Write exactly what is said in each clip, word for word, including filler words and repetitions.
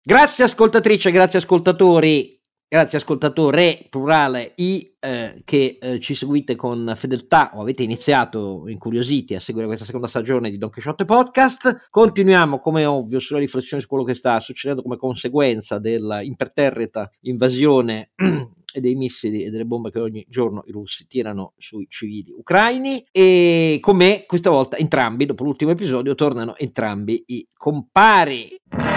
Grazie ascoltatrice, grazie ascoltatori, grazie ascoltatore, plurale, i eh, che eh, ci seguite con fedeltà o avete iniziato incuriositi a seguire questa seconda stagione di Don Chisciotte Podcast. Continuiamo come ovvio sulla riflessione su quello che sta succedendo come conseguenza della imperterrita invasione e dei missili e delle bombe che ogni giorno i russi tirano sui civili ucraini, e con me questa volta entrambi, dopo l'ultimo episodio, tornano entrambi i compari.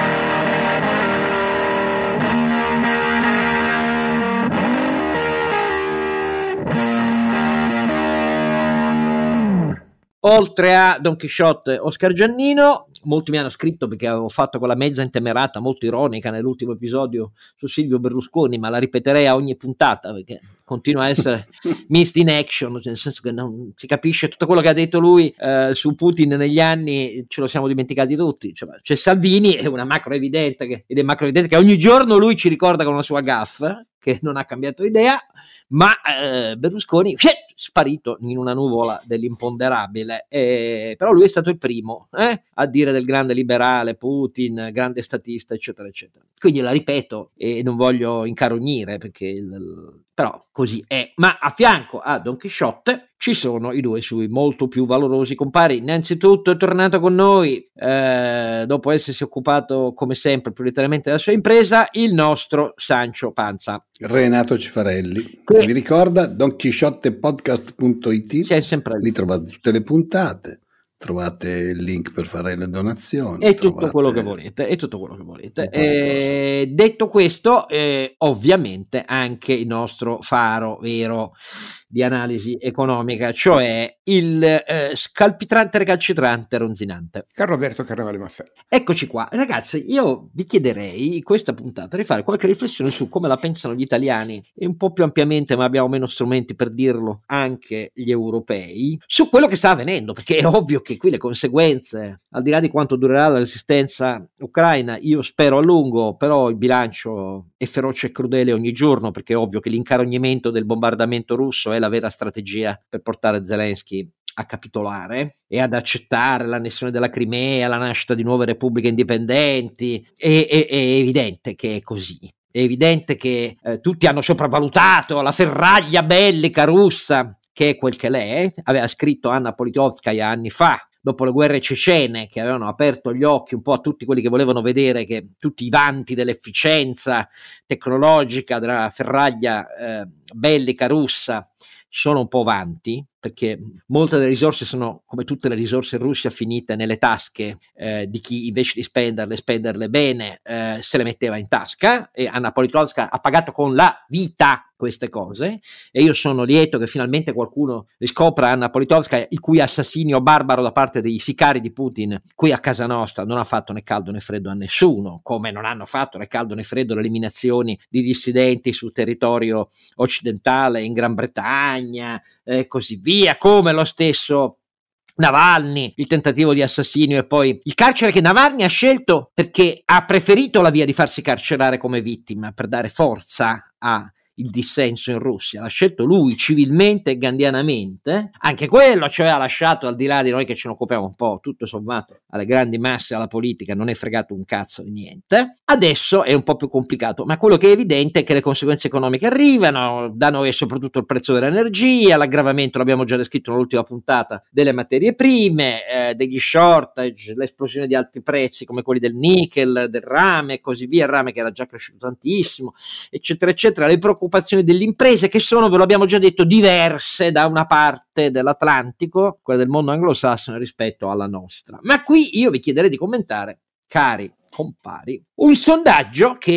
Oltre a Don Chisciotte, Oscar Giannino. Molti mi hanno scritto perché avevo fatto quella mezza intemerata molto ironica nell'ultimo episodio su Silvio Berlusconi, ma la ripeterei a ogni puntata perché continua a essere missed in action, nel senso che non si capisce tutto quello che ha detto lui eh, su Putin negli anni, ce lo siamo dimenticati tutti. Cioè, c'è Salvini, è una macro evidente che, ed è macro evidente che ogni giorno lui ci ricorda con una sua gaffe che non ha cambiato idea, ma eh, Berlusconi sparito in una nuvola dell'imponderabile, eh, però lui è stato il primo eh, a dire del grande liberale Putin, grande statista, eccetera eccetera. Quindi la ripeto e non voglio incarognire perché il, però così è. Ma a fianco a Don Chisciotte ci sono i due suoi molto più valorosi compari. Innanzitutto è tornato con noi eh, dopo essersi occupato come sempre prioritariamente della sua impresa, il nostro Sancio Panza, Renato Cifarelli, che vi ricorda don chisciotte podcast punto it. C'è sempre lì. Lì trovate tutte le puntate, trovate il link per fare le donazioni e trovate... tutto quello che volete e tutto quello che volete. Eh, detto questo, eh, ovviamente anche il nostro faro vero di analisi economica, cioè il eh, scalpitrante, recalcitrante, ronzinante Carlo Alberto Carnevale Maffè. Eccoci qua, ragazzi. Io vi chiederei in questa puntata di fare qualche riflessione su come la pensano gli italiani e un po' più ampiamente, ma abbiamo meno strumenti per dirlo, anche gli europei, su quello che sta avvenendo, perché è ovvio che qui le conseguenze, al di là di quanto durerà la resistenza ucraina, io spero a lungo, però il bilancio è feroce e crudele ogni giorno, perché è ovvio che l'incarognimento del bombardamento russo è la vera strategia per portare Zelensky a capitolare e ad accettare l'annessione della Crimea, la nascita di nuove repubbliche indipendenti. È, è, è evidente che è così. È evidente che eh, tutti hanno sopravvalutato la ferraglia bellica russa, che è quel che lei è. Aveva scritto Anna Politkovskaya anni fa, dopo le guerre cecene, che avevano aperto gli occhi un po' a tutti quelli che volevano vedere che tutti i vanti dell'efficienza tecnologica della ferraglia eh, bellica russa sono un po' vanti, perché molte delle risorse sono, come tutte le risorse in Russia, finite nelle tasche eh, di chi invece di spenderle, spenderle bene, eh, se le metteva in tasca, e Anna Politkovskaya ha pagato con la vita queste cose, e io sono lieto che finalmente qualcuno riscopra Anna Politkovskaya, il cui assassinio barbaro da parte dei sicari di Putin qui a casa nostra non ha fatto né caldo né freddo a nessuno, come non hanno fatto né caldo né freddo le eliminazioni di dissidenti sul territorio occidentale, in Gran Bretagna e così via, come lo stesso Navalny, il tentativo di assassinio e poi il carcere che Navalny ha scelto perché ha preferito la via di farsi carcerare come vittima per dare forza a il dissenso in Russia. L'ha scelto lui civilmente e gandhianamente, anche quello, cioè ha lasciato, al di là di noi che ce ne occupiamo un po' tutto sommato alle grandi masse, alla politica, non è fregato un cazzo di niente. Adesso è un po' più complicato, ma quello che è evidente è che le conseguenze economiche arrivano, da noi soprattutto il prezzo dell'energia, l'aggravamento, l'abbiamo già descritto nell'ultima puntata, delle materie prime, eh, degli shortage, l'esplosione di alti prezzi come quelli del nickel, del rame e così via, il rame che era già cresciuto tantissimo, eccetera eccetera, le preoccupazioni delle imprese che sono, ve lo abbiamo già detto, diverse da una parte dell'Atlantico, quella del mondo anglosassone, rispetto alla nostra. Ma qui io vi chiederei di commentare, cari compari, un sondaggio che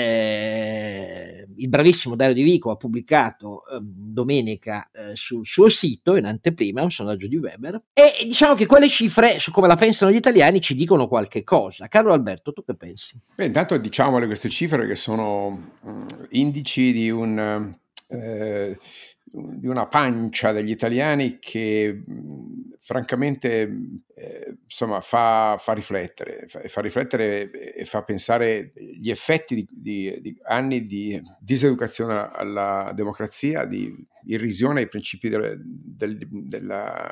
eh, il bravissimo Dario Di Vico ha pubblicato eh, domenica eh, sul suo sito in anteprima, un sondaggio di Weber, e diciamo che quelle cifre su come la pensano gli italiani ci dicono qualche cosa. Carlo Alberto, tu che pensi? Beh, intanto diciamole queste cifre che sono uh, indici di un uh, di una pancia degli italiani che mh, francamente eh, insomma fa, fa riflettere fa, fa riflettere e fa pensare gli effetti di, di, di anni di diseducazione alla democrazia, di irrisione ai principi del, del, della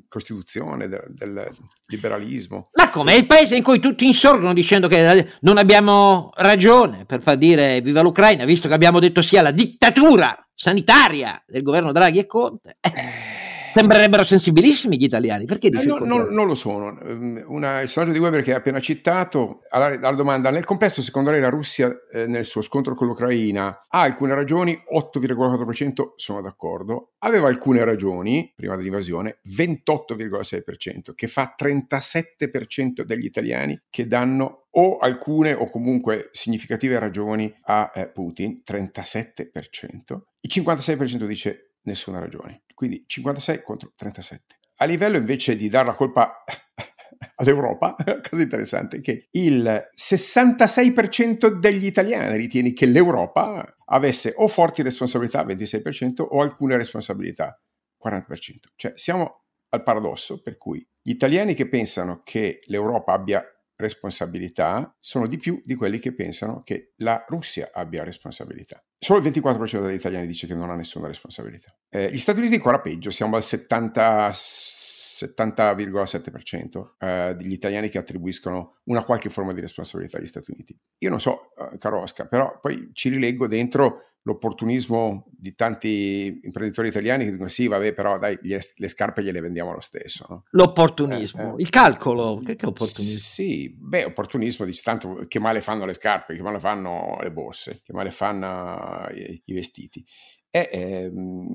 Costituzione, del, del liberalismo. Ma come? È il paese in cui tutti insorgono dicendo che non abbiamo ragione per far dire viva l'Ucraina, visto che abbiamo detto sia la dittatura sanitaria del governo Draghi e Conte. Eh. Sembrerebbero sensibilissimi gli italiani, perché dici? Eh, no, no, non lo sono. Una, il sondaggio di Weber che hai appena citato, alla, alla domanda: nel complesso secondo lei la Russia eh, nel suo scontro con l'Ucraina ha alcune ragioni? otto virgola quattro per cento sono d'accordo. Aveva alcune ragioni prima dell'invasione, ventotto virgola sei per cento, che fa trentasette per cento degli italiani che danno o alcune o comunque significative ragioni a eh, Putin, trentasette per cento. Il cinquantasei per cento dice nessuna ragione, quindi cinquantasei contro trentasette. A livello invece di dar la colpa all'Europa, cosa interessante è che il sessantasei per cento degli italiani ritiene che l'Europa avesse o forti responsabilità, ventisei per cento, o alcune responsabilità, quaranta per cento. Cioè siamo al paradosso per cui gli italiani che pensano che l'Europa abbia responsabilità sono di più di quelli che pensano che la Russia abbia responsabilità. Solo il ventiquattro per cento degli italiani dice che non ha nessuna responsabilità. Eh, gli Stati Uniti ancora peggio, siamo al settanta virgola sette per cento eh, degli italiani che attribuiscono una qualche forma di responsabilità agli Stati Uniti. Io non so, eh, caro Oscar, però poi ci rileggo dentro l'opportunismo di tanti imprenditori italiani che dicono sì, vabbè, però dai, le, le scarpe gliele vendiamo lo stesso. No? L'opportunismo, eh, eh, il calcolo, che è opportunismo? Sì, beh, opportunismo, dice tanto che male fanno le scarpe, che male fanno le borse, che male fanno i, i vestiti. È, è,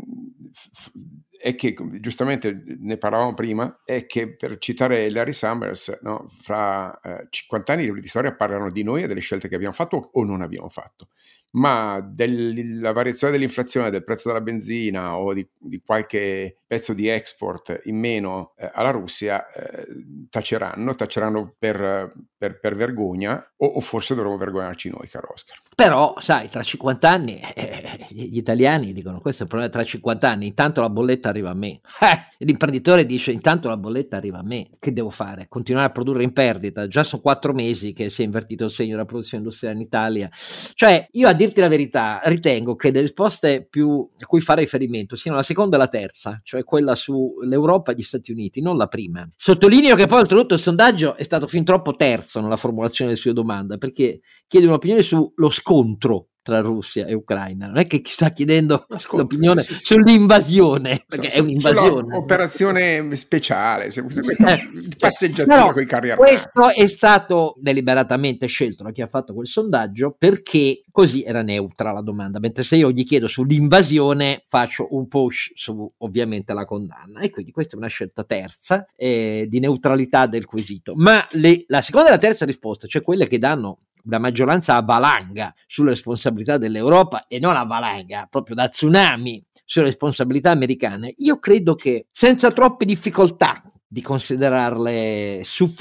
è che, giustamente ne parlavamo prima, è che per citare Larry Summers, no, fra eh, cinquanta anni i libri di storia parlano di noi e delle scelte che abbiamo fatto o non abbiamo fatto, ma della variazione dell'inflazione, del prezzo della benzina o di, di qualche pezzo di export in meno eh, alla Russia eh, taceranno, taceranno per, per, per vergogna o, o forse dovremmo vergognarci noi, caro Oscar. Però, sai, tra cinquanta anni eh, gli italiani dicono questo è il problema, tra cinquanta anni intanto la bolletta arriva a me. Eh, l'imprenditore dice intanto la bolletta arriva a me, che devo fare? Continuare a produrre in perdita? Già sono quattro mesi che si è invertito il segno della produzione industriale in Italia. Cioè, io a dirti la verità ritengo che le risposte più a cui fare riferimento siano la seconda e la terza, cioè quella sull'Europa e gli Stati Uniti, non la prima. Sottolineo che poi oltretutto il sondaggio è stato fin troppo terzo nella formulazione delle sue domande, perché chiede un'opinione sullo scontro tra Russia e Ucraina, non è che sta chiedendo scontro, l'opinione sì, sì, sì. sull'invasione, perché so, è un'invasione. Operazione speciale, questa passeggiatina no, con i carri armati. Questo è stato deliberatamente scelto da chi ha fatto quel sondaggio perché così era neutra la domanda, mentre se io gli chiedo sull'invasione faccio un push su ovviamente la condanna, e quindi questa è una scelta terza eh, di neutralità del quesito. Ma le, la seconda e la terza risposta, cioè quelle che danno una maggioranza a valanga sulle responsabilità dell'Europa e non a valanga, proprio da tsunami sulle responsabilità americane, io credo che senza troppe difficoltà di considerarle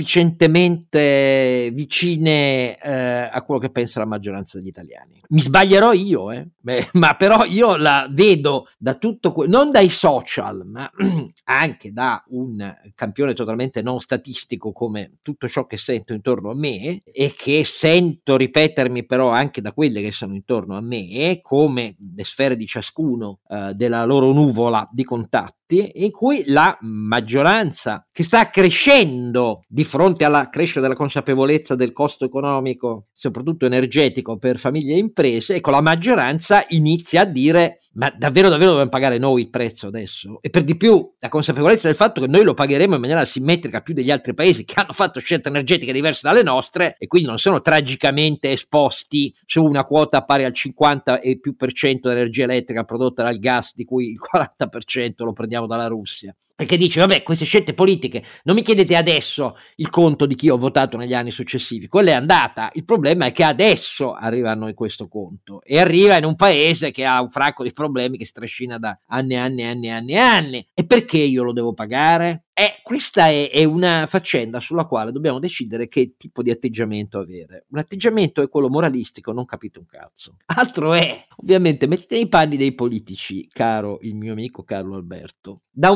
sufficientemente vicine eh, a quello che pensa la maggioranza degli italiani. Mi sbaglierò io, eh? Beh, ma però io la vedo da tutto, que- non dai social, ma anche da un campione totalmente non statistico come tutto ciò che sento intorno a me e che sento ripetermi però anche da quelle che sono intorno a me, come le sfere di ciascuno eh, della loro nuvola di contatti, in cui la maggioranza che sta crescendo di fronte alla crescita della consapevolezza del costo economico, soprattutto energetico per famiglie e imprese, ecco la maggioranza inizia a dire ma davvero davvero dobbiamo pagare noi il prezzo adesso? E per di più la consapevolezza del fatto che noi lo pagheremo in maniera simmetrica più degli altri paesi che hanno fatto scelte energetiche diverse dalle nostre e quindi non sono tragicamente esposti su una quota pari al cinquanta e più per cento dell'energia elettrica prodotta dal gas, di cui il quaranta per cento lo prendiamo dalla Russia. Perché dice, vabbè, queste scelte politiche, non mi chiedete adesso il conto di chi ho votato negli anni successivi, quella è andata, il problema è che adesso arriva a noi questo conto, e arriva in un paese che ha un fracco di problemi che strascina da anni e anni e anni e anni e anni, e perché io lo devo pagare? Eh, questa è, è una faccenda sulla quale dobbiamo decidere che tipo di atteggiamento avere. Un atteggiamento è quello moralistico, non capite un cazzo. Altro è, ovviamente, mettete nei panni dei politici, caro il mio amico Carlo Alberto. Da una parte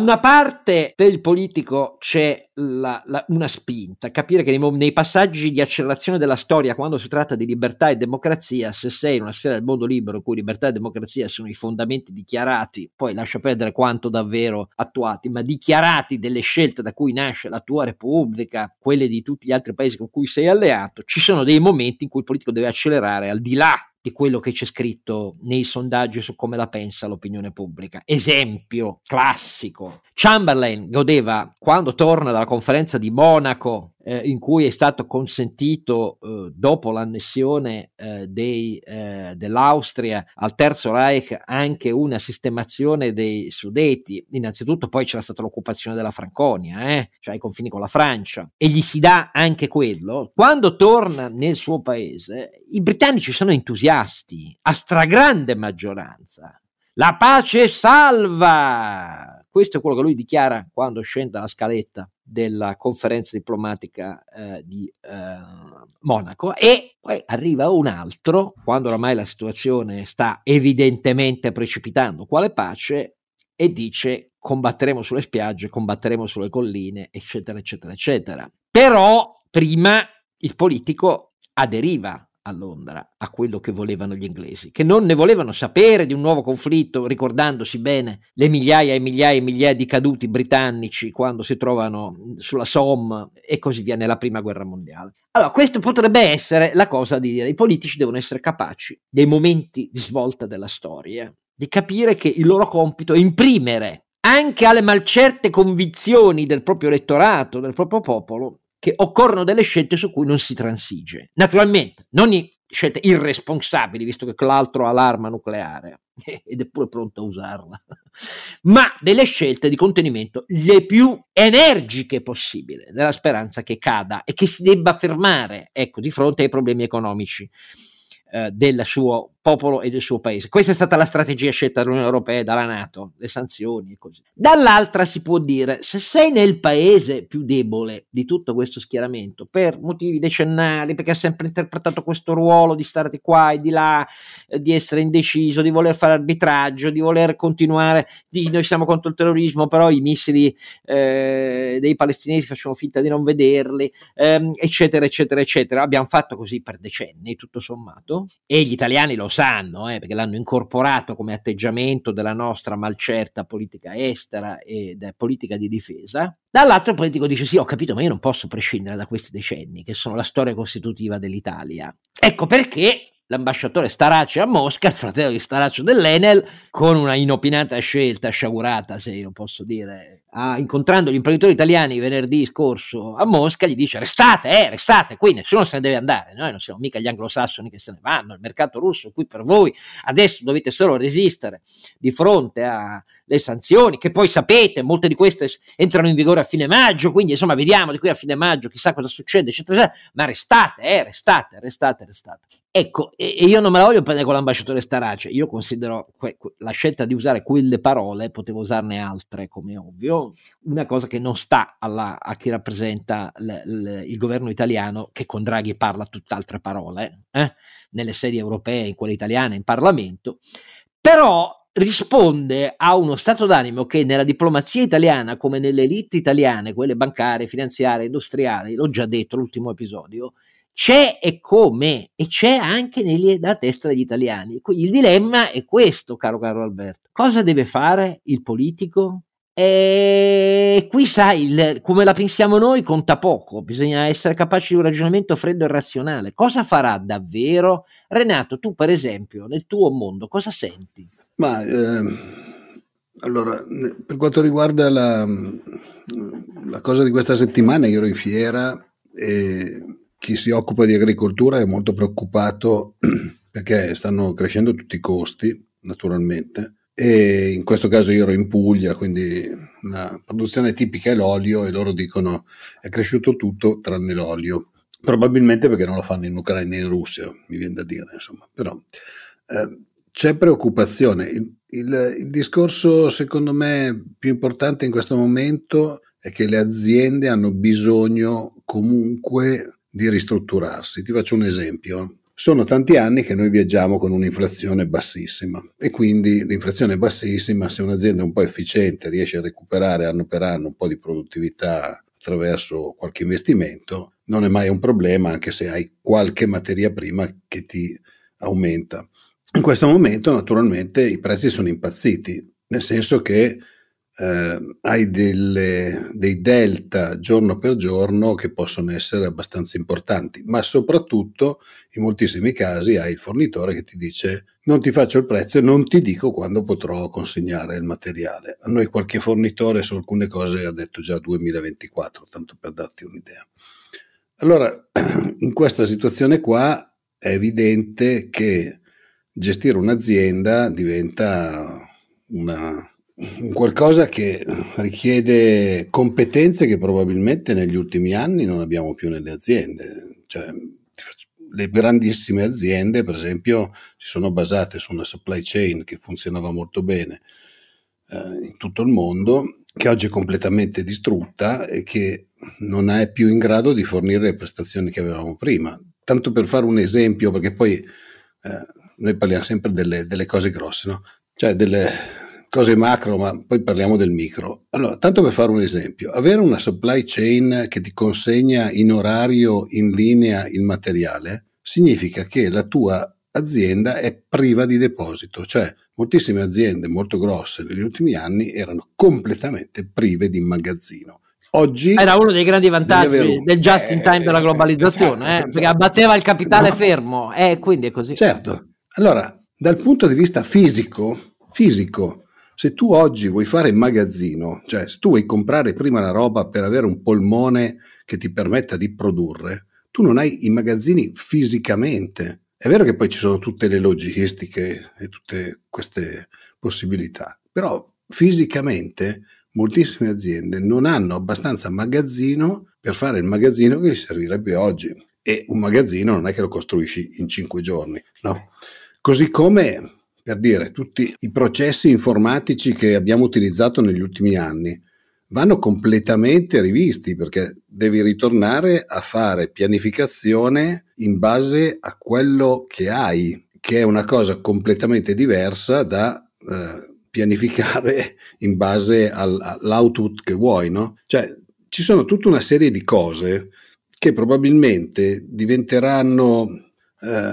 parte per il politico c'è la, la, una spinta, capire che nei, nei passaggi di accelerazione della storia, quando si tratta di libertà e democrazia, se sei in una sfera del mondo libero in cui libertà e democrazia sono i fondamenti dichiarati, poi lascia perdere quanto davvero attuati, ma dichiarati delle scelte da cui nasce la tua repubblica, quelle di tutti gli altri paesi con cui sei alleato, ci sono dei momenti in cui il politico deve accelerare al di là di quello che c'è scritto nei sondaggi su come la pensa l'opinione pubblica. Esempio classico: Chamberlain godeva, quando torna dalla conferenza di Monaco, eh, in cui è stato consentito, eh, dopo l'annessione eh, dei, eh, dell'Austria al Terzo Reich, anche una sistemazione dei Sudeti. Innanzitutto poi c'era stata l'occupazione della Franconia, eh, cioè ai confini con la Francia, e gli si dà anche quello. Quando torna nel suo paese, i britannici sono entusiasti, a stragrande maggioranza. La pace salva! Questo è quello che lui dichiara quando scende dalla scaletta della conferenza diplomatica eh, di eh, Monaco, e poi arriva un altro, quando oramai la situazione sta evidentemente precipitando quale pace, e dice: combatteremo sulle spiagge, combatteremo sulle colline, eccetera, eccetera, eccetera. Però prima il politico aderiva a Londra a quello che volevano gli inglesi, che non ne volevano sapere di un nuovo conflitto, ricordandosi bene le migliaia e migliaia e migliaia di caduti britannici quando si trovano sulla Somme e così via nella prima guerra mondiale. Allora, questo potrebbe essere la cosa di dire: i politici devono essere capaci dei momenti di svolta della storia, di capire che il loro compito è imprimere anche alle malcerte convinzioni del proprio elettorato, del proprio popolo, che occorrono delle scelte su cui non si transige. Naturalmente, non scelte irresponsabili, visto che l'altro ha l'arma nucleare ed è pure pronto a usarla, ma delle scelte di contenimento le più energiche possibile, nella speranza che cada e che si debba fermare, ecco, di fronte ai problemi economici eh, del suo popolo e del suo paese. Questa è stata la strategia scelta dall'Unione Europea e dalla NATO, le sanzioni e così. Dall'altra si può dire: se sei nel paese più debole di tutto questo schieramento, per motivi decennali, perché ha sempre interpretato questo ruolo di stare di qua e di là, eh, di essere indeciso, di voler fare arbitraggio, di voler continuare, di noi siamo contro il terrorismo, però i missili eh, dei palestinesi facciamo finta di non vederli, ehm, eccetera, eccetera, eccetera. Abbiamo fatto così per decenni, tutto sommato, e gli italiani lo sanno, eh, perché l'hanno incorporato come atteggiamento della nostra malcerta politica estera e da politica di difesa. Dall'altro il politico dice: sì, ho capito, ma io non posso prescindere da questi decenni che sono la storia costitutiva dell'Italia. Ecco perché l'ambasciatore Starace a Mosca, il fratello di Starace dell'Enel, con una inopinata scelta, sciagurata se io posso dire, ah, incontrando gli imprenditori italiani venerdì scorso a Mosca, gli dice: restate, eh, restate, qui nessuno se ne deve andare, noi non siamo mica gli anglosassoni che se ne vanno, il mercato russo è qui per voi, adesso dovete solo resistere di fronte alle sanzioni, che poi sapete, molte di queste entrano in vigore a fine maggio, quindi insomma vediamo di qui a fine maggio, chissà cosa succede, eccetera, eccetera, ma restate, eh, restate, restate, restate. Ecco, e io non me la voglio prendere con l'ambasciatore Starace, io considero que- que- la scelta di usare quelle parole, potevo usarne altre come ovvio, una cosa che non sta alla, a chi rappresenta l- l- il governo italiano, che con Draghi parla tutt'altre parole, eh? nelle sedi europee, in quelle italiane, in Parlamento, però risponde a uno stato d'animo che nella diplomazia italiana, come nelle elite italiane, quelle bancarie, finanziarie, industriali, l'ho già detto l'ultimo episodio, c'è e come, e c'è anche nella testa degli italiani. Quindi il dilemma è questo, caro caro Alberto: cosa deve fare il politico? E qui sai, il, come la pensiamo noi conta poco, bisogna essere capaci di un ragionamento freddo e razionale. Cosa farà davvero? Renato, tu per esempio, nel tuo mondo, cosa senti? Ma eh, allora, per quanto riguarda la, la cosa di questa settimana, io ero in fiera e chi si occupa di agricoltura è molto preoccupato perché stanno crescendo tutti i costi, naturalmente, e in questo caso io ero in Puglia, quindi la produzione tipica è l'olio e loro dicono è cresciuto tutto tranne l'olio, probabilmente perché non lo fanno in Ucraina e in Russia, mi viene da dire, insomma, però eh, c'è preoccupazione. Il, il, il discorso secondo me più importante in questo momento è che le aziende hanno bisogno comunque di ristrutturarsi. Ti faccio un esempio: sono tanti anni che noi viaggiamo con un'inflazione bassissima e quindi l'inflazione è bassissima, se un'azienda è un po' efficiente riesce a recuperare anno per anno un po' di produttività attraverso qualche investimento, non è mai un problema anche se hai qualche materia prima che ti aumenta. In questo momento naturalmente i prezzi sono impazziti, nel senso che eh, hai delle, dei delta giorno per giorno che possono essere abbastanza importanti, ma soprattutto in moltissimi casi hai il fornitore che ti dice non ti faccio il prezzo e non ti dico quando potrò consegnare il materiale. A noi qualche fornitore su alcune cose ha detto già duemilaventiquattro, tanto per darti un'idea. Allora, in questa situazione qua è evidente che gestire un'azienda diventa una, un qualcosa che richiede competenze che probabilmente negli ultimi anni non abbiamo più nelle aziende. Cioè, le grandissime aziende, per esempio, si sono basate su una supply chain che funzionava molto bene eh, in tutto il mondo, che oggi è completamente distrutta e che non è più in grado di fornire le prestazioni che avevamo prima. Tanto per fare un esempio, perché poi eh, noi parliamo sempre delle, delle cose grosse, no? Cioè delle cose macro, ma poi parliamo del micro. Allora, tanto per fare un esempio, avere una supply chain che ti consegna in orario, in linea il materiale, significa che la tua azienda è priva di deposito, cioè moltissime aziende molto grosse negli ultimi anni erano completamente prive di magazzino. Oggi era uno dei grandi vantaggi un... del just in time eh, della globalizzazione, esatto, eh, esatto. Perché abbatteva il capitale no. fermo, e eh, quindi è così. Certo. Allora, dal punto di vista fisico, fisico, se tu oggi vuoi fare il magazzino, cioè se tu vuoi comprare prima la roba per avere un polmone che ti permetta di produrre, tu non hai i magazzini fisicamente. È vero che poi ci sono tutte le logistiche e tutte queste possibilità, però fisicamente moltissime aziende non hanno abbastanza magazzino per fare il magazzino che gli servirebbe oggi. E un magazzino non è che lo costruisci in cinque giorni, no? Così come, per dire, tutti i processi informatici che abbiamo utilizzato negli ultimi anni vanno completamente rivisti, perché devi ritornare a fare pianificazione in base a quello che hai, che è una cosa completamente diversa da eh, pianificare in base al, all'output che vuoi, no? Cioè, ci sono tutta una serie di cose che probabilmente diventeranno, eh,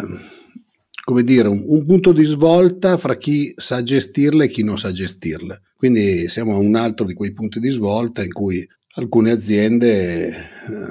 come dire, un, un punto di svolta fra chi sa gestirle e chi non sa gestirle. Quindi siamo a un altro di quei punti di svolta in cui alcune aziende eh,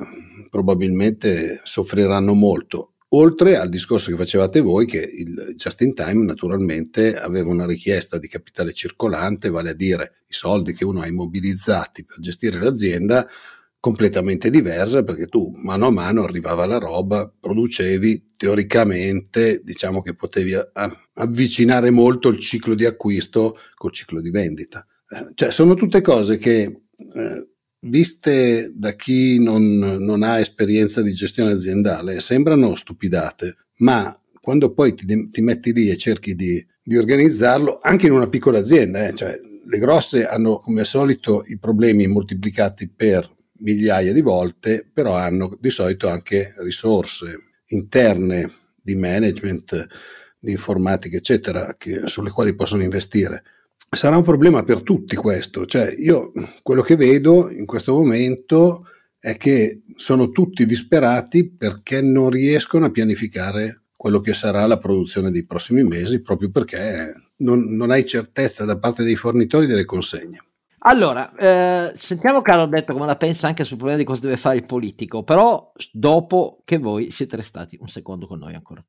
probabilmente soffriranno molto. Oltre al discorso che facevate voi, che il just in time naturalmente aveva una richiesta di capitale circolante, vale a dire i soldi che uno ha immobilizzati per gestire l'azienda, completamente diversa, perché tu mano a mano arrivava la roba, producevi, teoricamente diciamo che potevi a- avvicinare molto il ciclo di acquisto col ciclo di vendita. Eh, cioè sono tutte cose che eh, viste da chi non, non ha esperienza di gestione aziendale sembrano stupidate, ma quando poi ti, ti metti lì e cerchi di, di organizzarlo, anche in una piccola azienda, eh, cioè le grosse hanno come al solito i problemi moltiplicati per migliaia di volte, però hanno di solito anche risorse interne di management, di informatica, eccetera, che, sulle quali possono investire. Sarà un problema per tutti questo, cioè io quello che vedo in questo momento è che sono tutti disperati perché non riescono a pianificare quello che sarà la produzione dei prossimi mesi, proprio perché non, non hai certezza da parte dei fornitori delle consegne. Allora, eh, sentiamo Carlo Alberto come la pensa anche sul problema di cosa deve fare il politico, però dopo che voi siete restati un secondo con noi ancora.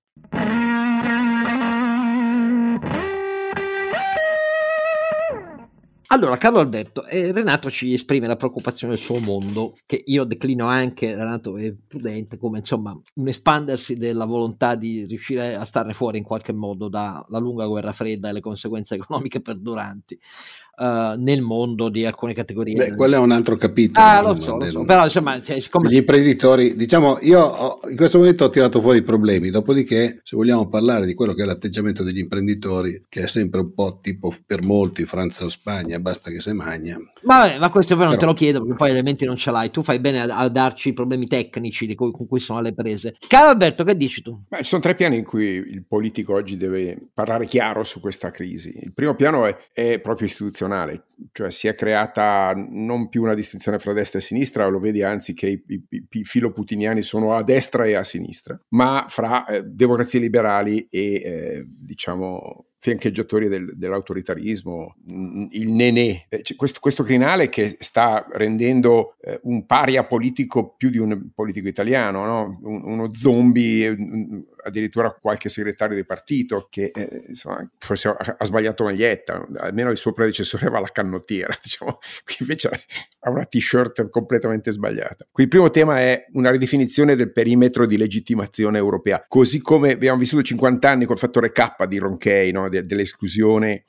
Allora, Carlo Alberto, eh, Renato ci esprime la preoccupazione del suo mondo, che io declino anche, Renato è prudente, come insomma un espandersi della volontà di riuscire a starne fuori in qualche modo dalla lunga guerra fredda e le conseguenze economiche perduranti uh, nel mondo di alcune categorie. Beh, quello è un altro capitolo. Ah, lo so, lo so. Però insomma, cioè, siccome... gli imprenditori, diciamo, io ho, in questo momento ho tirato fuori i problemi, dopodiché se vogliamo parlare di quello che è l'atteggiamento degli imprenditori, che è sempre un po' tipo per molti Francia o Spagna, basta che se magna. Vabbè, ma questo poi non Però... te lo chiedo, perché poi elementi non ce l'hai. Tu fai bene a, a darci i problemi tecnici di cui, con cui sono alle prese. Caro Alberto, che dici tu? Beh, ci sono tre piani in cui il politico oggi deve parlare chiaro su questa crisi. Il primo piano è, è proprio istituzionale, cioè si è creata non più una distinzione fra destra e sinistra, lo vedi anzi che i, i, i filoputiniani sono a destra e a sinistra, ma fra eh, democrazie liberali e eh, diciamo fiancheggiatori del, dell'autoritarismo, il nenè, cioè, questo, questo crinale che sta rendendo eh, un paria politico più di un politico italiano, no? Un, uno zombie, un, addirittura qualche segretario di partito che eh, insomma, forse ha, ha sbagliato maglietta, almeno il suo predecessore aveva la canottiera, diciamo, qui invece ha una t-shirt completamente sbagliata. Qui il primo tema è una ridefinizione del perimetro di legittimazione europea, così come abbiamo vissuto cinquanta anni col fattore K di Ronchey, no? De- dell'esclusione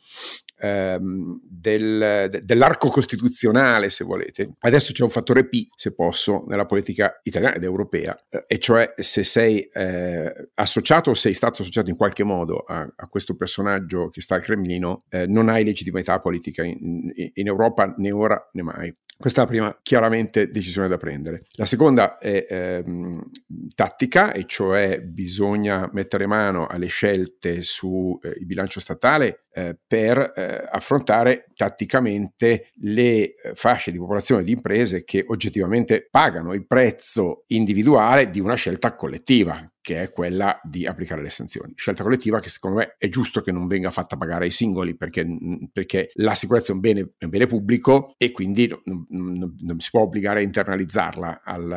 ehm, del, de- dell'arco costituzionale, se volete. Adesso c'è un fattore P, se posso, nella politica italiana ed europea, eh, e cioè se sei eh, associato o sei stato associato in qualche modo a, a questo personaggio che sta al Cremlino, eh, non hai legittimità politica in, in, in Europa né ora né mai. Questa è la prima, chiaramente, decisione da prendere. La seconda è ehm, tattica, e cioè bisogna mettere mano alle scelte sul eh, bilancio statale eh, per eh, affrontare tatticamente le eh, fasce di popolazione e di imprese che oggettivamente pagano il prezzo individuale di una scelta collettiva, che è quella di applicare le sanzioni. Scelta collettiva che secondo me è giusto che non venga fatta pagare ai singoli, perché, perché la sicurezza è un bene, è un bene pubblico e quindi non, non, non si può obbligare a internalizzarla al,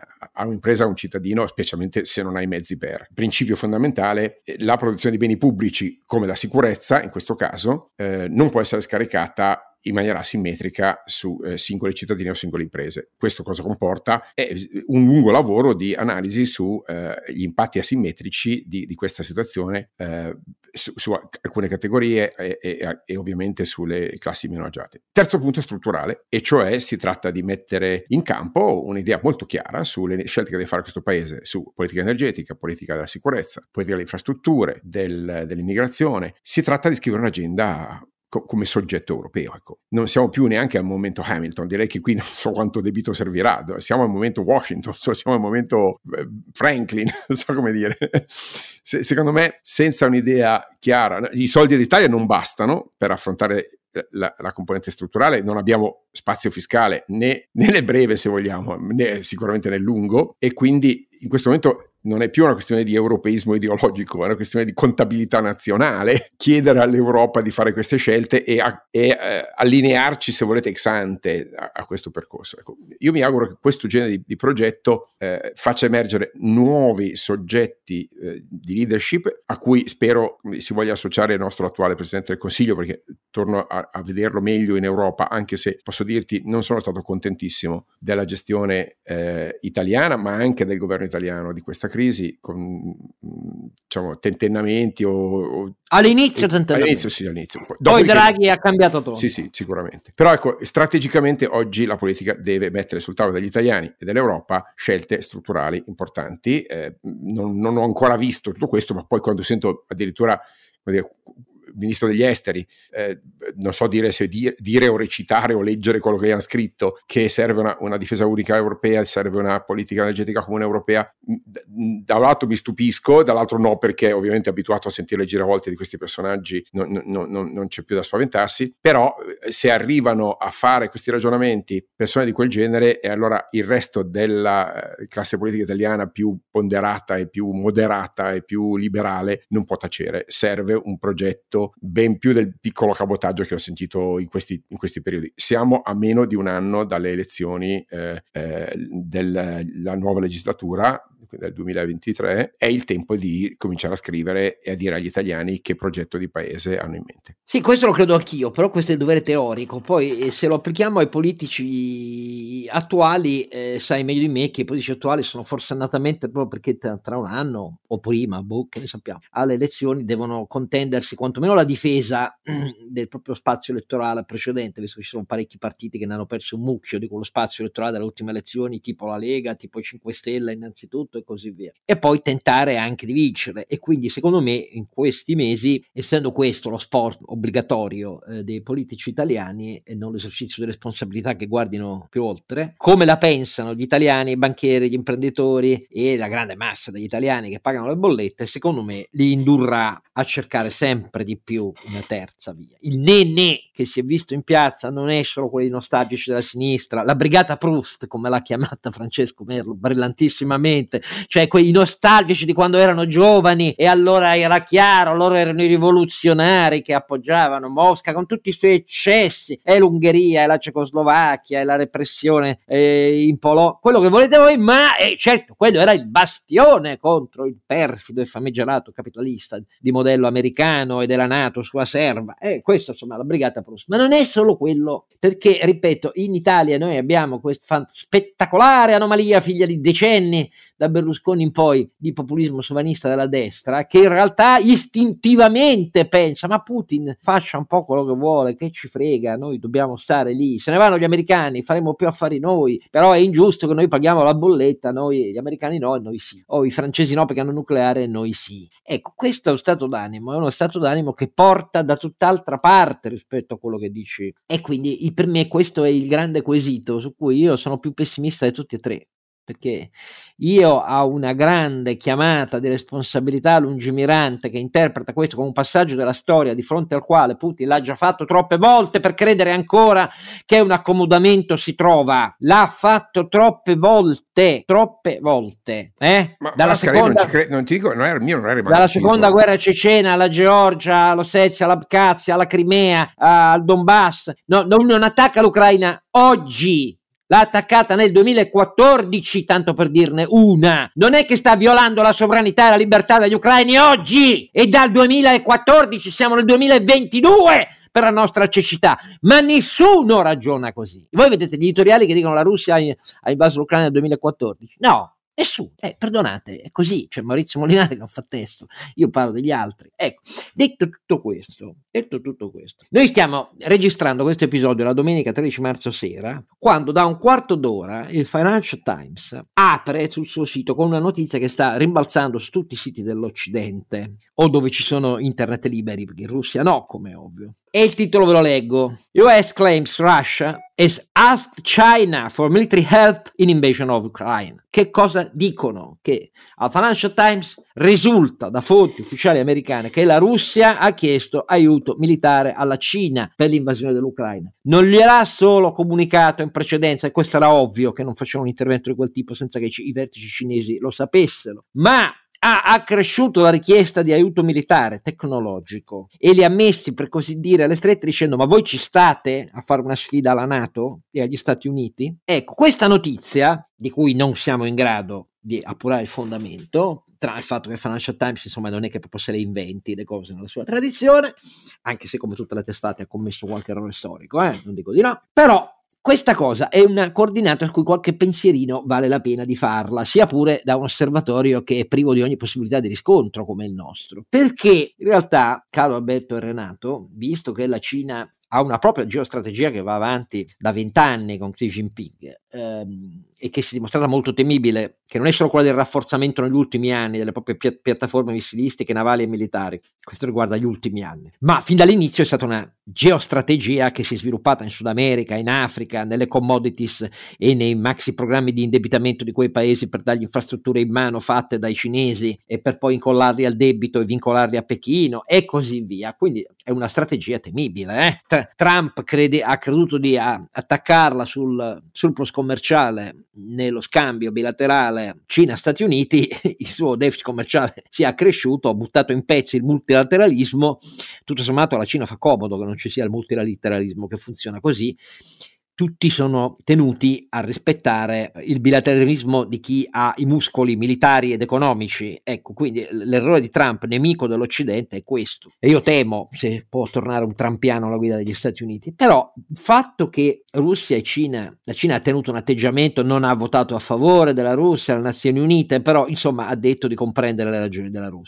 a un'impresa, a un cittadino, specialmente se non hai mezzi per. Principio fondamentale, la produzione di beni pubblici, come la sicurezza in questo caso, eh, non può essere scaricata in maniera asimmetrica su eh, singoli cittadini o singole imprese. Questo cosa comporta? È un lungo lavoro di analisi su eh, gli impatti asimmetrici di, di questa situazione eh, su, su alcune categorie e, e, e ovviamente sulle classi meno agiate. Terzo punto è strutturale, e cioè si tratta di mettere in campo un'idea molto chiara sulle scelte che deve fare questo paese su politica energetica, politica della sicurezza, politica delle infrastrutture, del, dell'immigrazione. Si tratta di scrivere un'agenda come soggetto europeo, ecco. Non siamo più neanche al momento Hamilton, direi che qui non so quanto debito servirà, siamo al momento Washington, siamo al momento Franklin, non so come dire. Se, secondo me, senza un'idea chiara, i soldi dell'Italia non bastano per affrontare la, la componente strutturale, non abbiamo spazio fiscale né, né nel breve, se vogliamo, né sicuramente nel lungo, e quindi in questo momento non è più una questione di europeismo ideologico, è una questione di contabilità nazionale, chiedere all'Europa di fare queste scelte e, a, e eh, allinearci, se volete, ex ante a, a questo percorso. Ecco, io mi auguro che questo genere di, di progetto eh, faccia emergere nuovi soggetti eh, di leadership a cui spero si voglia associare il nostro attuale Presidente del Consiglio, perché torno a, a vederlo meglio in Europa, anche se posso dirti non sono stato contentissimo della gestione eh, italiana, ma anche del governo italiano di questa crisi, con diciamo tentennamenti o, o all'inizio o, tentennamenti all'inizio sì all'inizio poi, poi Draghi ha cambiato tono. sì sì sicuramente, però ecco, strategicamente oggi la politica deve mettere sul tavolo degli italiani e dell'Europa scelte strutturali importanti. eh, non, non ho ancora visto tutto questo, ma poi quando sento addirittura, come dire, ministro degli esteri, eh, non so dire se dire, dire o recitare o leggere quello che gli hanno scritto, che serve una, una difesa unica europea, serve una politica energetica comune europea. Da un lato mi stupisco, dall'altro no, perché ovviamente abituato a sentire le giravolte di questi personaggi non, non, non, non c'è più da spaventarsi, però se arrivano a fare questi ragionamenti persone di quel genere, e allora il resto della classe politica italiana più ponderata e più moderata e più liberale non può tacere. Serve un progetto ben più del piccolo cabotaggio che ho sentito in questi, in questi periodi. Siamo a meno di un anno dalle elezioni eh, eh, della nuova legislatura del duemilaventitré, è il tempo di cominciare a scrivere e a dire agli italiani che progetto di paese hanno in mente. Sì, questo lo credo anch'io, però questo è il dovere teorico. Poi se lo applichiamo ai politici attuali, eh, sai meglio di me che i politici attuali sono forsennatamente, proprio perché tra, tra un anno o prima, boh, che ne sappiamo, alle elezioni devono contendersi quantomeno la difesa del proprio spazio elettorale precedente, visto che ci sono parecchi partiti che ne hanno perso un mucchio di quello spazio elettorale dalle ultime elezioni, tipo la Lega, tipo i cinque Stelle innanzitutto, e così via, e poi tentare anche di vincere. E quindi secondo me in questi mesi, essendo questo lo sport obbligatorio eh, dei politici italiani e non l'esercizio di responsabilità che guardino più oltre, come la pensano gli italiani, i banchieri, gli imprenditori e la grande massa degli italiani che pagano le bollette, secondo me li indurrà a cercare sempre di più una terza via. Il nenè che si è visto in piazza non è solo quelli nostalgici della sinistra, la brigata Proust, come l'ha chiamata Francesco Merlo brillantissimamente, cioè quei nostalgici di quando erano giovani e allora era chiaro, loro erano i rivoluzionari che appoggiavano Mosca con tutti i suoi eccessi, e l'Ungheria, e la Cecoslovacchia, e la repressione eh, in Polonia, quello che volete voi, ma eh, certo, quello era il bastione contro il perfido e famigerato capitalista di modello americano e della NATO sua serva, e eh, questo insomma la brigata Proust. Ma non è solo quello, perché ripeto, in Italia noi abbiamo questa spettacolare anomalia figlia di decenni da Berlusconi in poi di populismo sovranista della destra, che in realtà istintivamente pensa ma Putin faccia un po' quello che vuole, che ci frega, noi dobbiamo stare lì, se ne vanno gli americani faremo più affari noi, però è ingiusto che noi paghiamo la bolletta, noi gli americani no e noi sì, o i francesi no perché hanno nucleare e noi sì. Ecco, questo è uno stato d'animo, è uno stato d'animo che porta da tutt'altra parte rispetto a quello che dici, e quindi per me questo è il grande quesito su cui io sono più pessimista di tutti e tre, perché io ho una grande chiamata di responsabilità lungimirante che interpreta questo come un passaggio della storia di fronte al quale Putin l'ha già fatto troppe volte per credere ancora che un accomodamento si trova, l'ha fatto troppe volte, troppe volte, eh? Ma dalla Oscar, seconda, non, ci cre- non ti dico, non era il mio, non era dalla seconda guerra cecena alla Georgia, all'Ossetia, all'Abkhazia, alla Crimea, al Donbass, no, non, non attacca l'Ucraina oggi. L'ha attaccata nel duemilaquattordici, tanto per dirne una. Non è che sta violando la sovranità e la libertà degli ucraini oggi, e dal duemilaquattordici siamo nel duemilaventidue per la nostra cecità, ma nessuno ragiona così. Voi vedete gli editoriali che dicono la Russia ha invaso l'Ucraina nel duemilaquattordici? No. Nessuno, eh, perdonate, è così, cioè Maurizio Molinari non fa testo, io parlo degli altri. Ecco, detto tutto questo, detto tutto questo, noi stiamo registrando questo episodio la domenica tredici marzo sera, quando da un quarto d'ora il Financial Times apre sul suo sito con una notizia che sta rimbalzando su tutti i siti dell'Occidente, o dove ci sono internet liberi, perché in Russia no, come è ovvio. E il titolo ve lo leggo. U S claims Russia has asked China for military help in invasion of Ukraine. Che cosa dicono? Che al Financial Times risulta da fonti ufficiali americane che la Russia ha chiesto aiuto militare alla Cina per l'invasione dell'Ucraina. Non gliel'ha solo comunicato in precedenza, e questo era ovvio che non faceva un intervento di quel tipo senza che i, i vertici cinesi lo sapessero, ma ha accresciuto la richiesta di aiuto militare tecnologico e li ha messi, per così dire, alle strette, dicendo ma voi ci state a fare una sfida alla NATO e agli Stati Uniti? Ecco, questa notizia, di cui non siamo in grado di appurare il fondamento, tra il fatto che Financial Times insomma non è che proprio se le inventi le cose nella sua tradizione, anche se come tutte le testate ha commesso qualche errore storico, eh? non dico di no, però questa cosa è una coordinata su cui qualche pensierino vale la pena di farla, sia pure da un osservatorio che è privo di ogni possibilità di riscontro come il nostro. Perché in realtà, caro Alberto e Renato, visto che la Cina ha una propria geostrategia che va avanti da vent'anni con Xi Jinping ehm, e che si è dimostrata molto temibile, che non è solo quella del rafforzamento negli ultimi anni delle proprie pi- piattaforme missilistiche, navali e militari, questo riguarda gli ultimi anni, ma fin dall'inizio è stata una geostrategia che si è sviluppata in Sud America, in Africa, nelle commodities e nei maxi programmi di indebitamento di quei paesi per dargli infrastrutture in mano fatte dai cinesi e per poi incollarli al debito e vincolarli a Pechino e così via. Quindi è una strategia temibile, eh? Tra- Trump crede, ha creduto di a, attaccarla sul surplus commerciale nello scambio bilaterale Cina-Stati Uniti, il suo deficit commerciale si è accresciuto, ha buttato in pezzi il multilateralismo, tutto sommato alla Cina fa comodo che non ci sia il multilateralismo che funziona così, tutti sono tenuti a rispettare il bilateralismo di chi ha i muscoli militari ed economici. Ecco, quindi l'errore di Trump, nemico dell'Occidente, è questo. E io temo se può tornare un trampiano alla guida degli Stati Uniti. Però il fatto che Russia e Cina, la Cina ha tenuto un atteggiamento, non ha votato a favore della Russia, le Nazioni Unite, però insomma ha detto di comprendere le ragioni della Russia.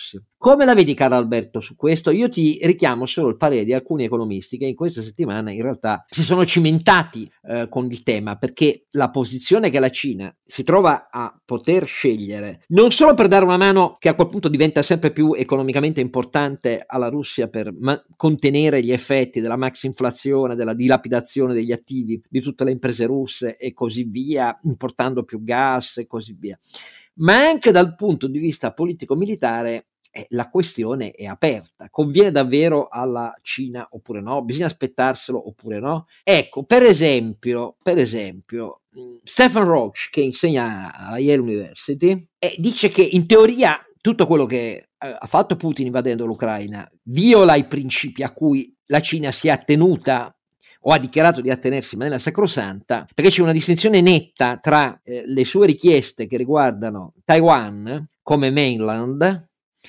Come la vedi, caro Alberto, su questo? Io ti richiamo solo il parere di alcuni economisti che in questa settimana in realtà si sono cimentati eh, con il tema, perché la posizione che la Cina si trova a poter scegliere, non solo per dare una mano che a quel punto diventa sempre più economicamente importante alla Russia per ma- contenere gli effetti della max inflazione, della dilapidazione degli attivi di tutte le imprese russe e così via, importando più gas e così via, ma anche dal punto di vista politico-militare. Eh, la questione è aperta. Conviene davvero alla Cina oppure no? Bisogna aspettarselo oppure no? Ecco, per esempio, per esempio, Stephen Roach, che insegna alla Yale University, eh, dice che in teoria tutto quello che eh, ha fatto Putin invadendo l'Ucraina viola i principi a cui la Cina si è attenuta o ha dichiarato di attenersi in maniera sacrosanta, perché c'è una distinzione netta tra eh, le sue richieste che riguardano Taiwan come mainland,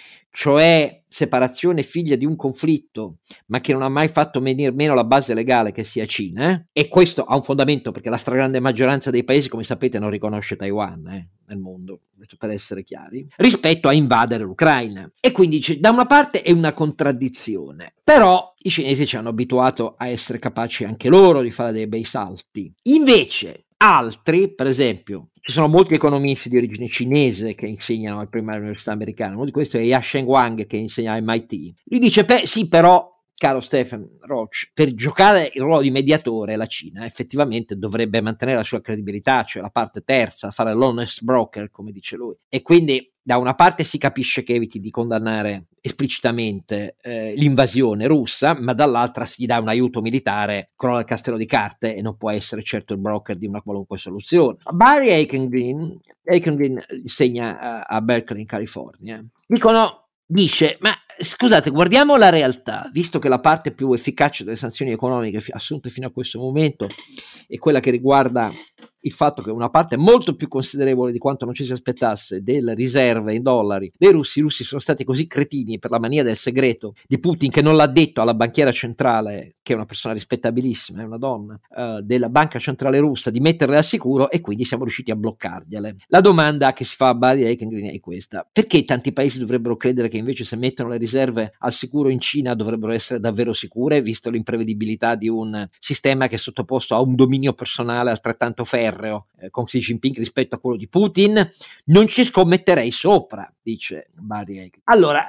cioè separazione figlia di un conflitto, ma che non ha mai fatto venire meno la base legale che sia Cina, eh? E questo ha un fondamento perché la stragrande maggioranza dei paesi, come sapete, non riconosce Taiwan eh, nel mondo, per essere chiari, rispetto a invadere l'Ucraina. E quindi da una parte è una contraddizione, però i cinesi ci hanno abituato a essere capaci anche loro di fare dei bei salti. Invece altri, per esempio, ci sono molti economisti di origine cinese che insegnano al primario università americana, uno di questi è Yasheng Wang che insegna a M I T. Lui dice, beh sì, però, caro Stephen Roach, per giocare il ruolo di mediatore la Cina effettivamente dovrebbe mantenere la sua credibilità, cioè la parte terza, fare l'honest broker, come dice lui. E quindi da una parte si capisce che eviti di condannare esplicitamente eh, l'invasione russa, ma dall'altra si dà un aiuto militare, crolla il castello di carte e non può essere certo il broker di una qualunque soluzione. Barry Eichengreen, Eichengreen insegna a, a Berkeley in California, dicono, dice, ma scusate, guardiamo la realtà, visto che la parte più efficace delle sanzioni economiche assunte fino a questo momento è quella che riguarda il fatto che una parte molto più considerevole di quanto non ci si aspettasse delle riserve in dollari dei russi, i russi sono stati così cretini per la mania del segreto di Putin che non l'ha detto alla banchiera centrale, che è una persona rispettabilissima, è una donna, uh, della banca centrale russa, di metterle al sicuro, e quindi siamo riusciti a bloccargliele. La domanda che si fa a Barry Eichengreen è questa: perché tanti paesi dovrebbero credere che invece se mettono le riserve al sicuro in Cina dovrebbero essere davvero sicure, visto l'imprevedibilità di un sistema che è sottoposto a un dominio personale altrettanto ferreo eh, con Xi Jinping rispetto a quello di Putin? Non ci scommetterei sopra, dice Barry Eichengreen. Allora,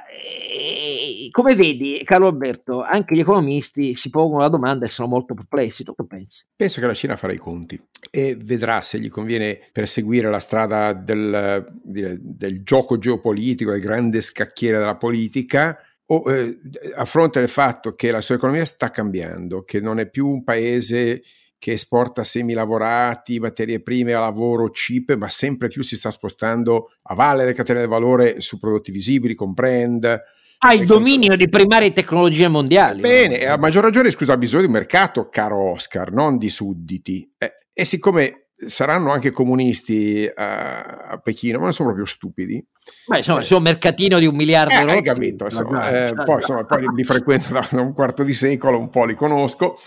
eh, come vedi, caro Alberto, anche gli economisti si pongono la domanda e sono molto perplessi. Tu che pensi? Penso che la Cina farà i conti e vedrà se gli conviene perseguire la strada del, del, del gioco geopolitico, del grande scacchiere della politica, o eh, a fronte del fatto che la sua economia sta cambiando, che non è più un paese che esporta semilavorati, materie prime a lavoro, chip, ma sempre più si sta spostando a valle delle catene del valore su prodotti visibili, con brand. Ha il dominio di primarie tecnologie mondiali. Bene, no? A maggior ragione, scusa, ha bisogno di un mercato, caro Oscar, non di sudditi. Eh, e siccome saranno anche comunisti a, a Pechino, ma non sono proprio stupidi. Ma insomma, il suo mercatino di un miliardo eh, rotti, hai capito, insomma, eh, poi, insomma, poi li, li frequento da un quarto di secolo, un po' li conosco.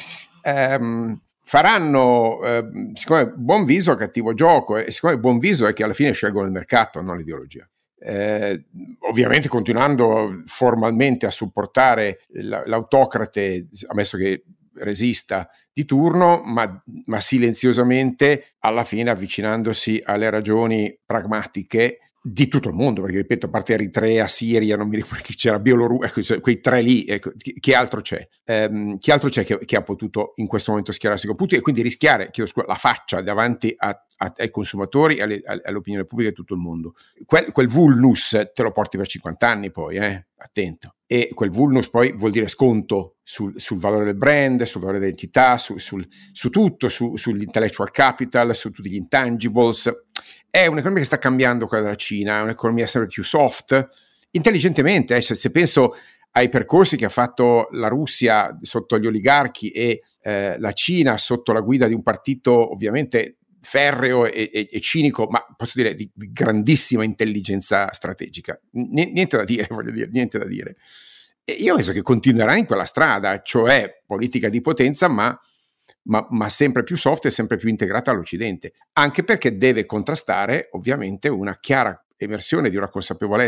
Ehm, faranno, eh, siccome buon viso cattivo gioco, e siccome buon viso è che alla fine scelgono il mercato, non l'ideologia. Eh, ovviamente continuando formalmente a supportare l'autocrate, ammesso che resista, di turno, ma, ma silenziosamente alla fine avvicinandosi alle ragioni pragmatiche di tutto il mondo, perché ripeto, a parte Eritrea, Siria, non mi ricordo chi c'era, Bielorussia, ecco, quei tre lì, ecco, chi, chi altro c'è? Ehm, chi altro c'è che, che ha potuto in questo momento schierarsi con Putin e quindi rischiare, chiedo scusa, la faccia davanti a, a, ai consumatori, alle, all'opinione pubblica di tutto il mondo? Quel, quel vulnus te lo porti per cinquanta anni poi, eh? Attento. E quel vulnus poi vuol dire sconto sul, sul valore del brand, sul valore dell'identità, su, sul, su tutto, su, sull'intellectual capital, su tutti gli intangibles. È un'economia che sta cambiando quella della Cina, è un'economia sempre più soft, intelligentemente. Eh, se, se penso ai percorsi che ha fatto la Russia sotto gli oligarchi e eh, la Cina sotto la guida di un partito ovviamente ferreo e, e, e cinico, ma posso dire di, di grandissima intelligenza strategica. N- niente da dire, voglio dire, niente da dire. E io penso che continuerà in quella strada, cioè politica di potenza, ma Ma, ma sempre più soft e sempre più integrata all'Occidente, anche perché deve contrastare ovviamente una chiara emersione di una consapevolezza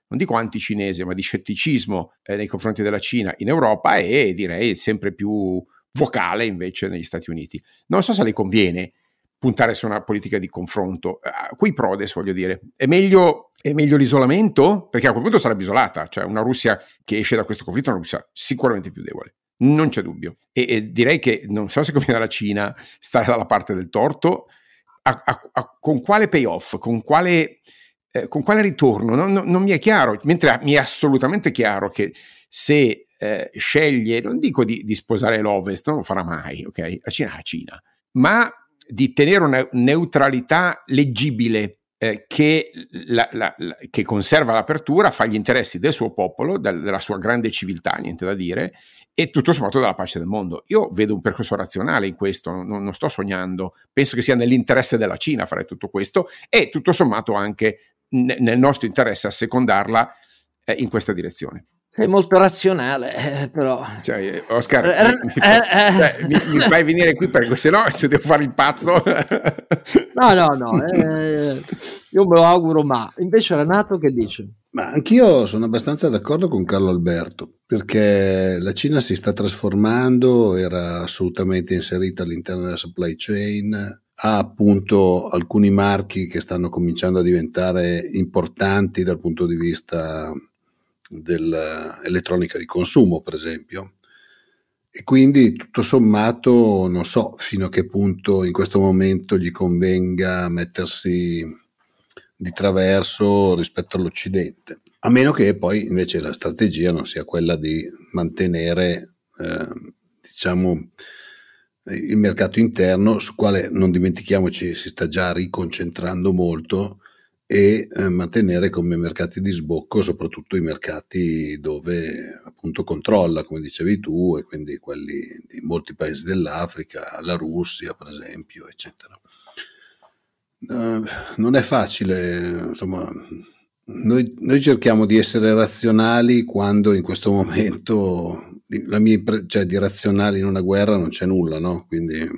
non dico anticinese, ma di scetticismo eh, nei confronti della Cina in Europa, e direi sempre più vocale invece negli Stati Uniti. Non so se le conviene puntare su una politica di confronto. Uh, qui Prodes, voglio dire, è meglio, è meglio l'isolamento? Perché a quel punto sarebbe isolata, cioè una Russia che esce da questo conflitto è una Russia sicuramente più debole, non c'è dubbio. E, e direi che non so se conviene alla Cina stare dalla parte del torto, a, a, a, con quale payoff, con quale, eh, con quale ritorno, non, non, non mi è chiaro, mentre mi è assolutamente chiaro che se eh, sceglie, non dico di, di sposare l'Ovest, non lo farà mai, ok? La Cina è la Cina, ma di tenere una neutralità leggibile eh, che, la, la, la, che conserva l'apertura, fa gli interessi del suo popolo, del, della sua grande civiltà, niente da dire, e tutto sommato della pace del mondo. Io vedo un percorso razionale in questo, non, non sto sognando, penso che sia nell'interesse della Cina fare tutto questo, e tutto sommato anche n- nel nostro interesse assecondarla eh, in questa direzione. Sei molto razionale, eh, però. Cioè, Oscar, eh, mi, mi, fa, eh, cioè, mi, mi fai venire qui perché se no, se devo fare il pazzo. No, no, no, eh, io me lo auguro, ma invece Renato che dice? Ma anch'io sono abbastanza d'accordo con Carlo Alberto, perché la Cina si sta trasformando, era assolutamente inserita all'interno della supply chain, ha appunto alcuni marchi che stanno cominciando a diventare importanti dal punto di vista dell'elettronica di consumo, per esempio, e quindi tutto sommato non so fino a che punto in questo momento gli convenga mettersi di traverso rispetto all'Occidente, a meno che poi invece la strategia non sia quella di mantenere eh, diciamo il mercato interno, su quale non dimentichiamoci si sta già riconcentrando molto, e eh, mantenere come mercati di sbocco soprattutto i mercati dove appunto controlla, come dicevi tu, e quindi quelli di molti paesi dell'Africa, la Russia per esempio, eccetera. Uh, non è facile, insomma, noi, noi cerchiamo di essere razionali quando in questo momento la mia, cioè, di razionali in una guerra non c'è nulla, no? Quindi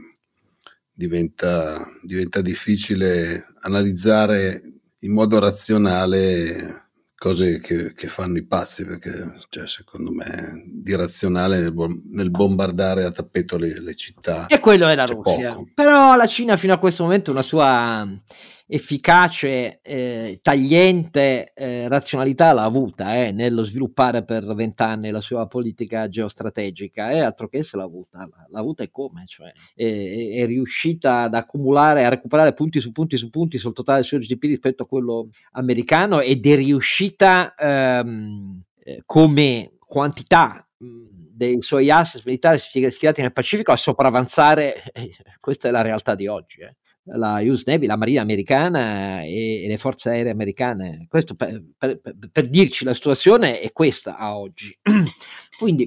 diventa, diventa difficile analizzare in modo razionale cose che, che fanno i pazzi, perché cioè, secondo me di razionale nel, nel bombardare a tappeto le, le città, e quello è la Russia poco. Però la Cina fino a questo momento una sua efficace eh, tagliente eh, razionalità l'ha avuta eh, nello sviluppare per vent'anni la sua politica geostrategica, e eh, altro che se l'ha avuta, l'ha avuta e come, cioè è, è riuscita ad accumulare, a recuperare punti su punti su punti sul totale del suo G D P rispetto a quello americano, ed è riuscita ehm, eh, come quantità dei suoi asset militari schierati nel Pacifico a sopravanzare, eh, questa è la realtà di oggi, eh. La U S Navy, la Marina americana e, e le forze aeree americane. Questo per, per, per dirci la situazione è questa a oggi. Quindi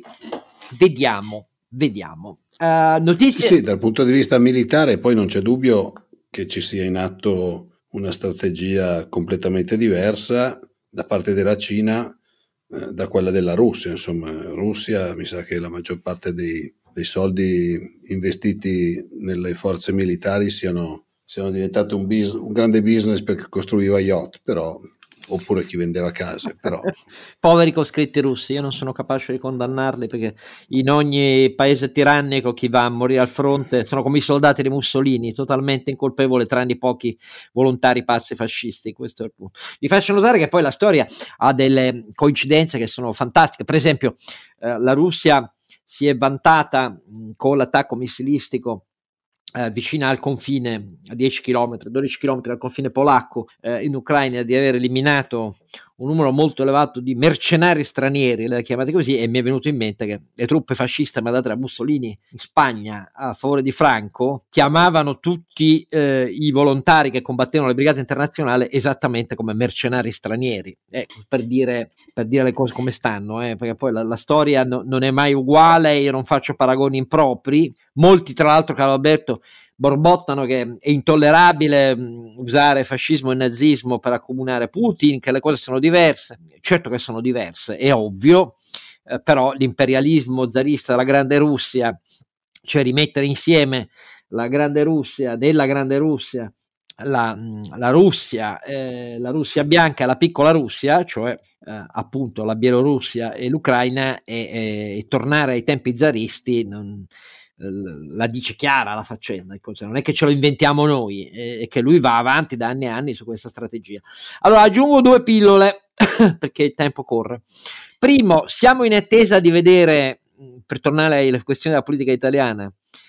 vediamo, vediamo. Uh, notizie. Sì, sì, dal punto di vista militare poi non c'è dubbio che ci sia in atto una strategia completamente diversa da parte della Cina eh, da quella della Russia. Insomma, Russia mi sa che la maggior parte dei, dei soldi investiti nelle forze militari siano siano diventati un, bis- un grande business perché costruiva yacht, però, oppure chi vendeva case, però. Poveri coscritti russi, io non sono capace di condannarli, perché in ogni paese tirannico chi va a morire al fronte sono come i soldati di Mussolini, totalmente incolpevole tranne i pochi volontari pazzi fascisti. Questo è il punto. Vi faccio notare che poi la storia ha delle coincidenze che sono fantastiche. Per esempio eh, la Russia si è vantata mh, con l'attacco missilistico Eh, vicina al confine, a dieci chilometri, dodici chilometri dal confine polacco, eh, in Ucraina, di aver eliminato un numero molto elevato di mercenari stranieri, le chiamate così, e mi è venuto in mente che le truppe fasciste mandate da Mussolini in Spagna a favore di Franco chiamavano tutti eh, i volontari che combattevano le brigate internazionali esattamente come mercenari stranieri, ecco, per dire, per dire le cose come stanno, eh, perché poi la, la storia no, non è mai uguale, io non faccio paragoni impropri. Molti, tra l'altro, Carlo Alberto, borbottano che è intollerabile mh, usare fascismo e nazismo per accomunare Putin, che le cose sono diverse. Certo che sono diverse, è ovvio, eh, però l'imperialismo zarista della Grande Russia, cioè rimettere insieme la Grande Russia, della Grande Russia, la, la Russia, eh, la Russia bianca, la piccola Russia, cioè eh, appunto la Bielorussia e l'Ucraina, e, e, e tornare ai tempi zaristi non, la dice chiara la faccenda, non è che ce lo inventiamo noi, è che lui va avanti da anni e anni su questa strategia. Allora aggiungo due pillole perché il tempo corre. Primo, siamo in attesa di vedere, per tornare alle questioni della politica italiana,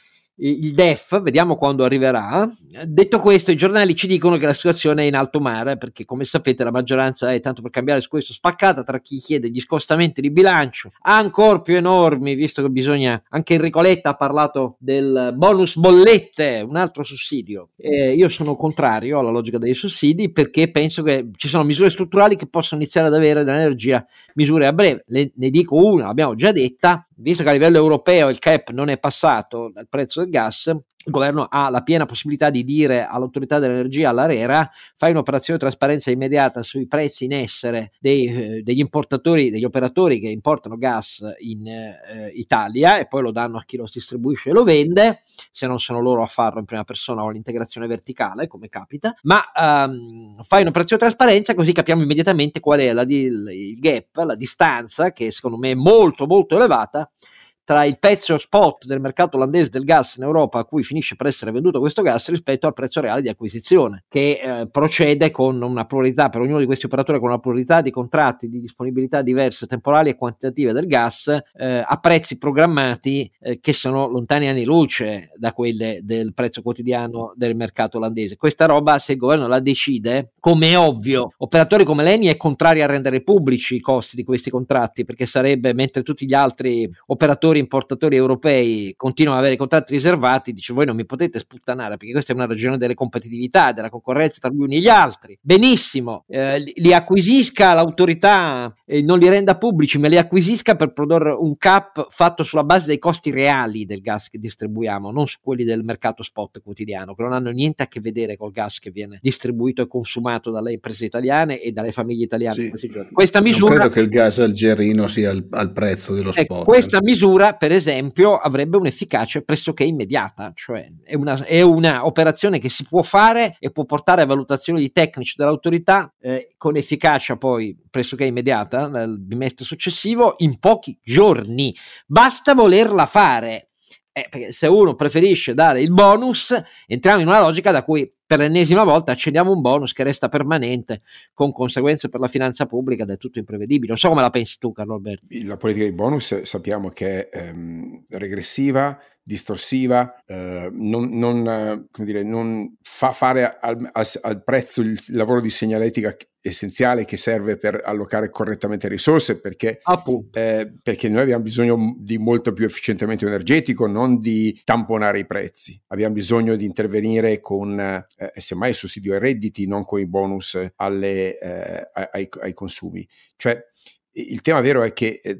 il D E F, vediamo quando arriverà. Detto questo, i giornali ci dicono che la situazione è in alto mare, perché come sapete la maggioranza è, tanto per cambiare su questo, spaccata tra chi chiede gli scostamenti di bilancio ancora più enormi, visto che bisogna, anche Enrico Letta ha parlato del bonus bollette, un altro sussidio. Eh, io sono contrario alla logica dei sussidi, perché penso che ci sono misure strutturali che possono iniziare ad avere dall'energia misure a breve. Le, ne dico una, l'abbiamo già detta, visto che a livello europeo il cap non è passato dal prezzo del gas, il governo ha la piena possibilità di dire all'autorità dell'energia, all'ARERA, fai un'operazione di trasparenza immediata sui prezzi in essere dei, eh, degli importatori, degli operatori che importano gas in eh, Italia, e poi lo danno a chi lo distribuisce e lo vende, se non sono loro a farlo in prima persona o l'integrazione verticale, come capita, ma um, fai un'operazione di trasparenza, così capiamo immediatamente qual è la, il, il gap, la distanza, che secondo me è molto molto elevata, tra il prezzo spot del mercato olandese del gas in Europa, a cui finisce per essere venduto questo gas, rispetto al prezzo reale di acquisizione, che eh, procede con una pluralità, per ognuno di questi operatori, con una pluralità di contratti di disponibilità diverse, temporali e quantitative del gas, eh, a prezzi programmati eh, che sono lontani anni luce da quelle del prezzo quotidiano del mercato olandese. Questa roba, se il governo la decide, come è ovvio, operatori come l'Eni è contrario a rendere pubblici i costi di questi contratti, perché sarebbe, mentre tutti gli altri operatori importatori europei continuano ad avere contratti riservati, dice voi non mi potete sputtanare, perché questa è una ragione delle competitività, della concorrenza tra gli uni e gli altri. Benissimo, eh, li acquisisca l'autorità, eh, non li renda pubblici, ma li acquisisca per produrre un cap fatto sulla base dei costi reali del gas che distribuiamo, non su quelli del mercato spot quotidiano, che non hanno niente a che vedere col gas che viene distribuito e consumato dalle imprese italiane e dalle famiglie italiane. Sì. Questi giorni. Questa misura, non credo che il gas algerino sia al, al prezzo dello spot. Eh, questa misura, per esempio, avrebbe un'efficacia pressoché immediata, cioè è una, è una operazione che si può fare e può portare a valutazioni di tecnici dell'autorità eh, con efficacia poi pressoché immediata nel bimestre successivo, in pochi giorni. Basta volerla fare. Eh, perché se uno preferisce dare il bonus, entriamo in una logica da cui per l'ennesima volta accendiamo un bonus che resta permanente, con conseguenze per la finanza pubblica del tutto imprevedibili. Non so come la pensi tu, Carlo Alberto. La politica dei bonus sappiamo che è ehm, regressiva, distorsiva, eh, non, non, come dire, non fa fare al, al, al prezzo il lavoro di segnaletica essenziale che serve per allocare correttamente risorse, perché, eh, perché noi abbiamo bisogno di molto più efficientamento energetico, non di tamponare i prezzi. Abbiamo bisogno di intervenire con eh, semmai il sussidio ai redditi, non con i bonus alle, eh, ai, ai consumi. Cioè, il tema vero è che eh,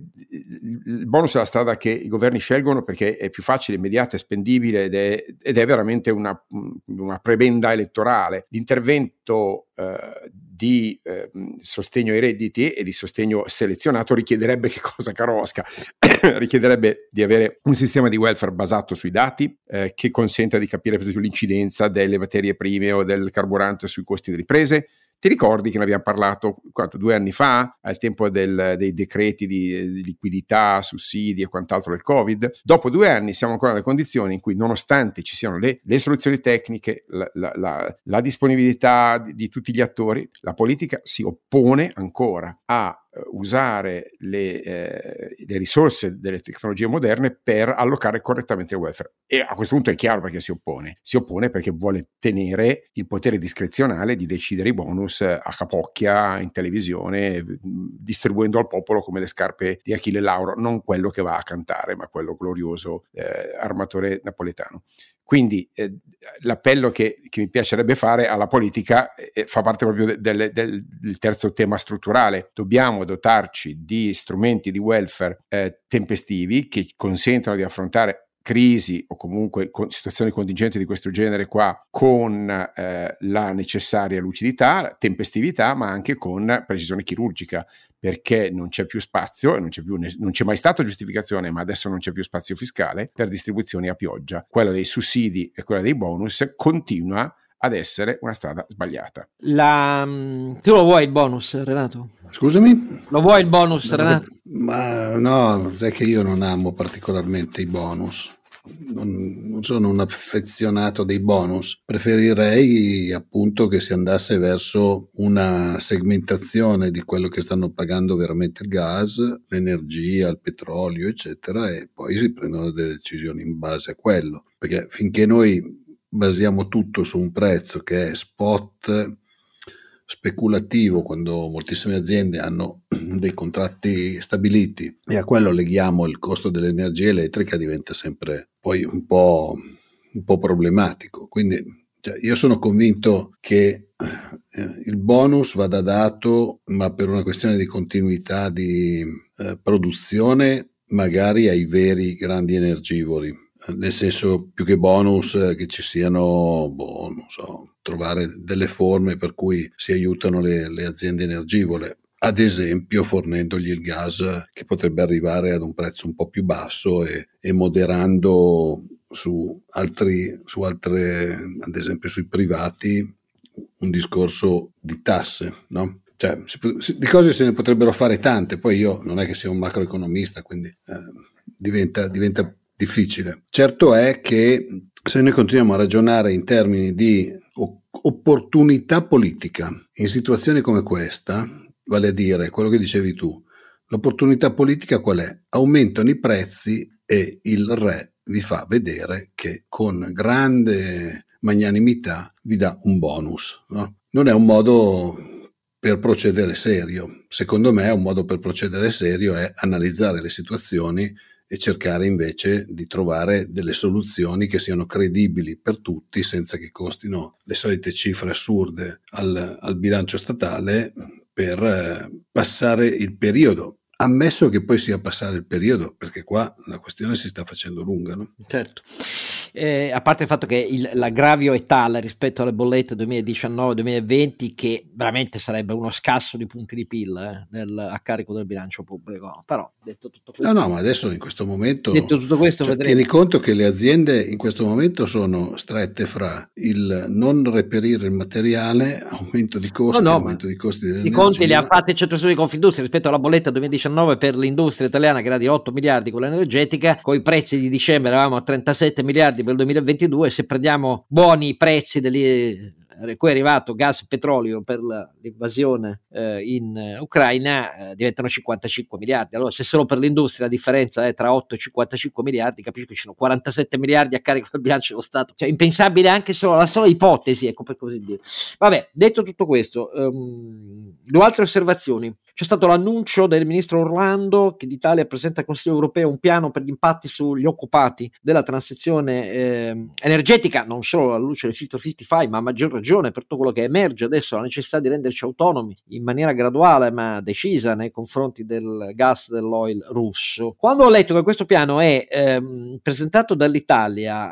il bonus è la strada che i governi scelgono perché è più facile, immediata, è spendibile ed è, ed è veramente una, una prebenda elettorale. L'intervento eh, di eh, sostegno ai redditi e di sostegno selezionato richiederebbe che cosa, caro Oscar? richiederebbe di avere un sistema di welfare basato sui dati eh, che consenta di capire per esempio l'incidenza delle materie prime o del carburante sui costi delle imprese. Ti ricordi che ne abbiamo parlato quanto, due anni fa, al tempo del, dei decreti di, di liquidità, sussidi e quant'altro del Covid? Dopo due anni siamo ancora nelle condizioni in cui, nonostante ci siano le, le soluzioni tecniche, la, la, la, la disponibilità di, di tutti gli attori, la politica si oppone ancora a usare le, eh, le risorse delle tecnologie moderne per allocare correttamente il welfare. E a questo punto è chiaro perché si oppone. Si oppone perché vuole tenere il potere discrezionale di decidere i bonus a capocchia in televisione, distribuendo al popolo come le scarpe di Achille Lauro, non quello che va a cantare, ma quello glorioso eh, armatore napoletano. Quindi eh, l'appello che, che mi piacerebbe fare alla politica eh, fa parte proprio de, de, del, del terzo tema strutturale. Dobbiamo dotarci di strumenti di welfare eh, tempestivi che consentano di affrontare crisi o comunque con situazioni contingenti di questo genere qua con eh, la necessaria lucidità, tempestività, ma anche con precisione chirurgica, perché non c'è più spazio e non c'è più non c'è mai stata giustificazione, ma adesso non c'è più spazio fiscale per distribuzioni a pioggia. Quella dei sussidi e quella dei bonus continua ad essere una strada sbagliata. La, tu lo vuoi il bonus, Renato? Scusami? Lo vuoi il bonus, Renato? Ma no, sai che io non amo particolarmente i bonus. Non, non sono un affezionato dei bonus, preferirei appunto che si andasse verso una segmentazione di quello che stanno pagando veramente il gas, l'energia, il petrolio, eccetera, e poi si prendono delle decisioni in base a quello, perché finché noi basiamo tutto su un prezzo che è spot, speculativo, quando moltissime aziende hanno dei contratti stabiliti e a quello leghiamo il costo dell'energia elettrica, diventa sempre poi un po', un po' problematico. Quindi cioè, io sono convinto che eh, il bonus vada dato, ma per una questione di continuità di eh, produzione, magari ai veri grandi energivori. Nel senso, più che bonus, eh, che ci siano, boh, non so, trovare delle forme per cui si aiutano le, le aziende energivore, ad esempio fornendogli il gas che potrebbe arrivare ad un prezzo un po' più basso e, e moderando su altri, su altre, ad esempio sui privati, un discorso di tasse, no? Cioè, di cose se ne potrebbero fare tante, poi io non è che sia un macroeconomista, quindi eh, diventa, diventa difficile. Certo è che se noi continuiamo a ragionare in termini di opportunità politica in situazioni come questa, vale a dire quello che dicevi tu, l'opportunità politica qual è? Aumentano i prezzi e il re vi fa vedere che con grande magnanimità vi dà un bonus, no? Non è un modo per procedere serio. Secondo me un modo per procedere serio è analizzare le situazioni e cercare invece di trovare delle soluzioni che siano credibili per tutti senza che costino le solite cifre assurde al, al bilancio statale per eh, passare il periodo. Ammesso che poi sia passare il periodo, perché qua la questione si sta facendo lunga, no? Certo. Eh, a parte il fatto che il, l'aggravio è tale rispetto alle bollette duemiladiciannove duemilaventi che veramente sarebbe uno scasso di punti di P I L eh, nel, a carico del bilancio pubblico. Però detto tutto questo, no no ma adesso in questo momento, detto tutto questo cioè, tieni conto che le aziende in questo momento sono strette fra il non reperire il materiale, aumento di costi, no, no, aumento di costi dell'energia. I conti li ha fatti il centro studi di Confindustria rispetto alla bolletta duemiladiciannove per l'industria italiana che era di otto miliardi, quella energetica, con i prezzi di dicembre eravamo a trentasette miliardi per il duemilaventidue. Se prendiamo buoni i prezzi degli cui è arrivato gas e petrolio per la, l'invasione eh, in uh, Ucraina, eh, diventano cinquantacinque miliardi. Allora se solo per l'industria la differenza è tra otto e cinquantacinque miliardi, capisci che ci sono quarantasette miliardi a carico del bilancio dello Stato, cioè impensabile anche solo la sola ipotesi, ecco, per così dire. Vabbè, detto tutto questo, um, due altre osservazioni. C'è stato l'annuncio del ministro Orlando che l'Italia presenta al Consiglio europeo un piano per gli impatti sugli occupati della transizione eh, energetica, non solo alla luce del cinquanta cinquantacinque, ma a maggior ragione per tutto quello che emerge adesso, la necessità di renderci autonomi in maniera graduale ma decisa nei confronti del gas, dell'oil russo. Quando ho letto che questo piano è ehm, presentato dall'Italia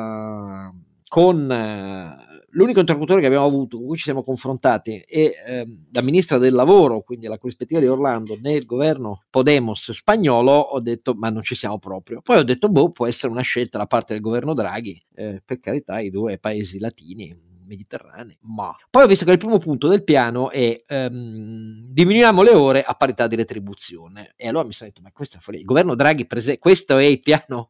uh, con uh, l'unico interlocutore che abbiamo avuto, con cui ci siamo confrontati, è ehm, la ministra del lavoro, quindi la corrispettiva di Orlando nel governo Podemos spagnolo, ho detto ma non ci siamo proprio. Poi ho detto boh, può essere una scelta da parte del governo Draghi, eh, per carità, i due paesi latini mediterranei, ma poi ho visto che il primo punto del piano è ehm, diminuiamo le ore a parità di retribuzione, e allora mi sono detto ma questo è fuori. Il governo Draghi prese- questo è il piano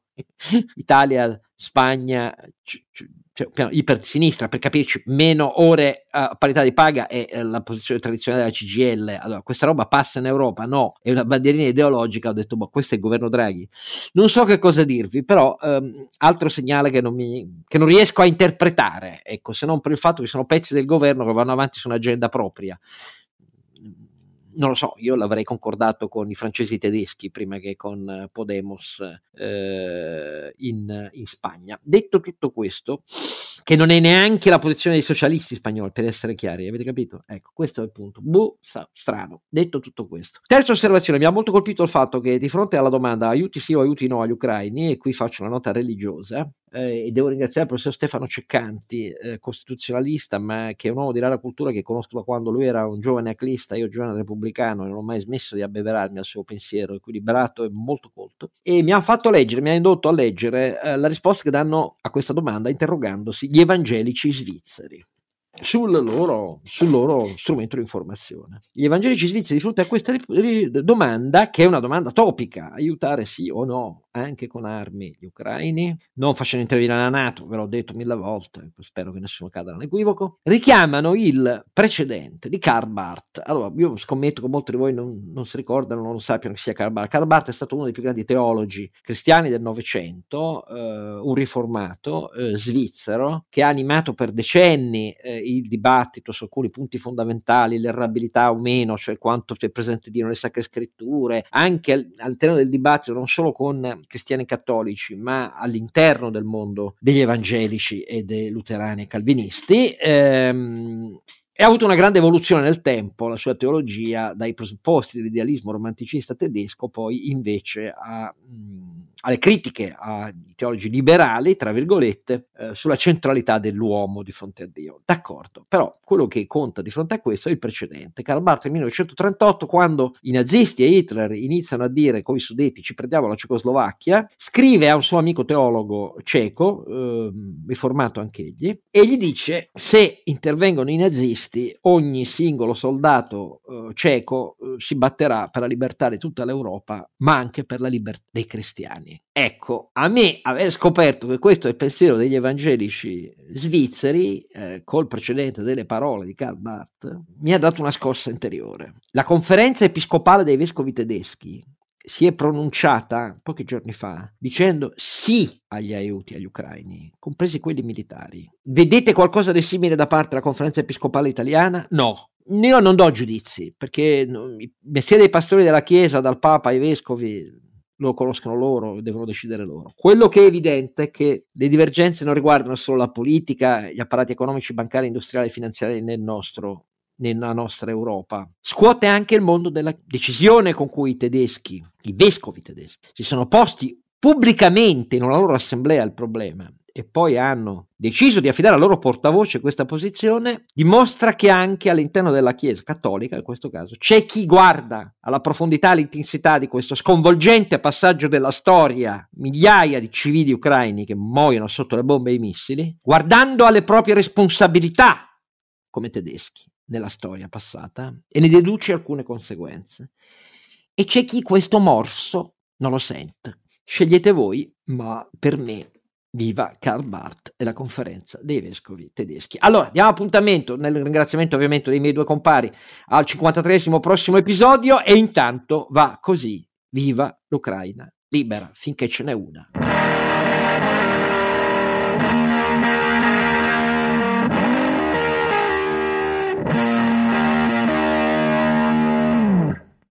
Italia, Spagna, c- c- cioè piano ipersinistra, per capirci, meno ore a parità di paga è eh, la posizione tradizionale della C G I L. Allora questa roba passa in Europa? No, è una bandierina ideologica. Ho detto boh, questo è il governo Draghi, non so che cosa dirvi, però ehm, altro segnale che non, mi, che non riesco a interpretare, ecco, se non per il fatto che sono pezzi del governo che vanno avanti su un'agenda propria. Non lo so, io l'avrei concordato con i francesi e i tedeschi prima che con Podemos eh, in, in Spagna. Detto tutto questo, che non è neanche la posizione dei socialisti spagnoli, per essere chiari, avete capito? Ecco, questo è il punto. Boh, strano. Detto tutto questo. Terza osservazione, mi ha molto colpito il fatto che di fronte alla domanda aiuti sì o aiuti no agli ucraini, e qui faccio una nota religiosa, eh, e devo ringraziare il professor Stefano Ceccanti, eh, costituzionalista, ma che è un uomo di rara cultura che conosco da quando lui era un giovane aclista, io giovane repubblicano, e non ho mai smesso di abbeverarmi al suo pensiero equilibrato e molto colto, e mi ha fatto leggere, mi ha indotto a leggere eh, la risposta che danno a questa domanda interrogandosi gli evangelici svizzeri. sul loro, sul loro strumento di informazione. Gli evangelici svizzeri, di fronte a questa domanda, che è una domanda topica, aiutare sì o no anche con armi gli ucraini, non facendo intervenire la NATO, ve l'ho detto mille volte, spero che nessuno cada nell'equivoco, richiamano il precedente di Karl Barth. Allora, io scommetto che molti di voi non, non si ricordano, non sappiano chi sia Karl Barth. Karl Barth è stato uno dei più grandi teologi cristiani del Novecento, eh, un riformato eh, svizzero, che ha animato per decenni eh, il dibattito su alcuni punti fondamentali, l'errabilità o meno, cioè quanto è presente Dio nelle Sacre Scritture, anche al, all'interno del dibattito non solo con cristiani cattolici, ma all'interno del mondo degli evangelici e dei luterani e calvinisti. Ehm, e ha avuto una grande evoluzione nel tempo la sua teologia, dai presupposti dell'idealismo romanticista tedesco poi invece a, mh, alle critiche ai teologi liberali, tra virgolette, eh, sulla centralità dell'uomo di fronte a Dio. D'accordo, però quello che conta di fronte a questo è il precedente. Karl Barth nel millenovecentotrentotto, quando i nazisti e Hitler iniziano a dire coi Sudeti ci prendiamo la Cecoslovacchia, scrive a un suo amico teologo ceco, eh, riformato anch'egli, e gli dice: se intervengono i nazisti, ogni singolo soldato eh, ceco eh, si batterà per la libertà di tutta l'Europa, ma anche per la libertà dei cristiani. Ecco, a me aver scoperto che questo è il pensiero degli evangelici svizzeri, eh, col precedente delle parole di Karl Barth, mi ha dato una scossa interiore. La conferenza episcopale dei vescovi tedeschi si è pronunciata pochi giorni fa dicendo sì agli aiuti agli ucraini, compresi quelli militari. Vedete qualcosa di simile da parte della conferenza episcopale italiana? No. Io non do giudizi, perché il mestiere dei pastori della Chiesa, dal Papa ai vescovi, lo conoscono loro, devono decidere loro. Quello che è evidente è che le divergenze non riguardano solo la politica, gli apparati economici, bancari, industriali e finanziari nel nostro nella nostra Europa. Scuote anche il mondo della decisione con cui i tedeschi, i vescovi tedeschi, si sono posti pubblicamente in una loro assemblea al problema e poi hanno deciso di affidare al loro portavoce questa posizione, dimostra che anche all'interno della Chiesa cattolica, in questo caso, c'è chi guarda alla profondità e all'intensità di questo sconvolgente passaggio della storia, migliaia di civili ucraini che muoiono sotto le bombe e i missili, guardando alle proprie responsabilità come tedeschi nella storia passata e ne deduce alcune conseguenze. E c'è chi questo morso non lo sente. Scegliete voi, ma per me viva Karl Barth e la conferenza dei vescovi tedeschi. Allora, diamo appuntamento, nel ringraziamento ovviamente dei miei due compari, al cinquantatreesimo prossimo episodio, e intanto va così, viva l'Ucraina libera finché ce n'è una.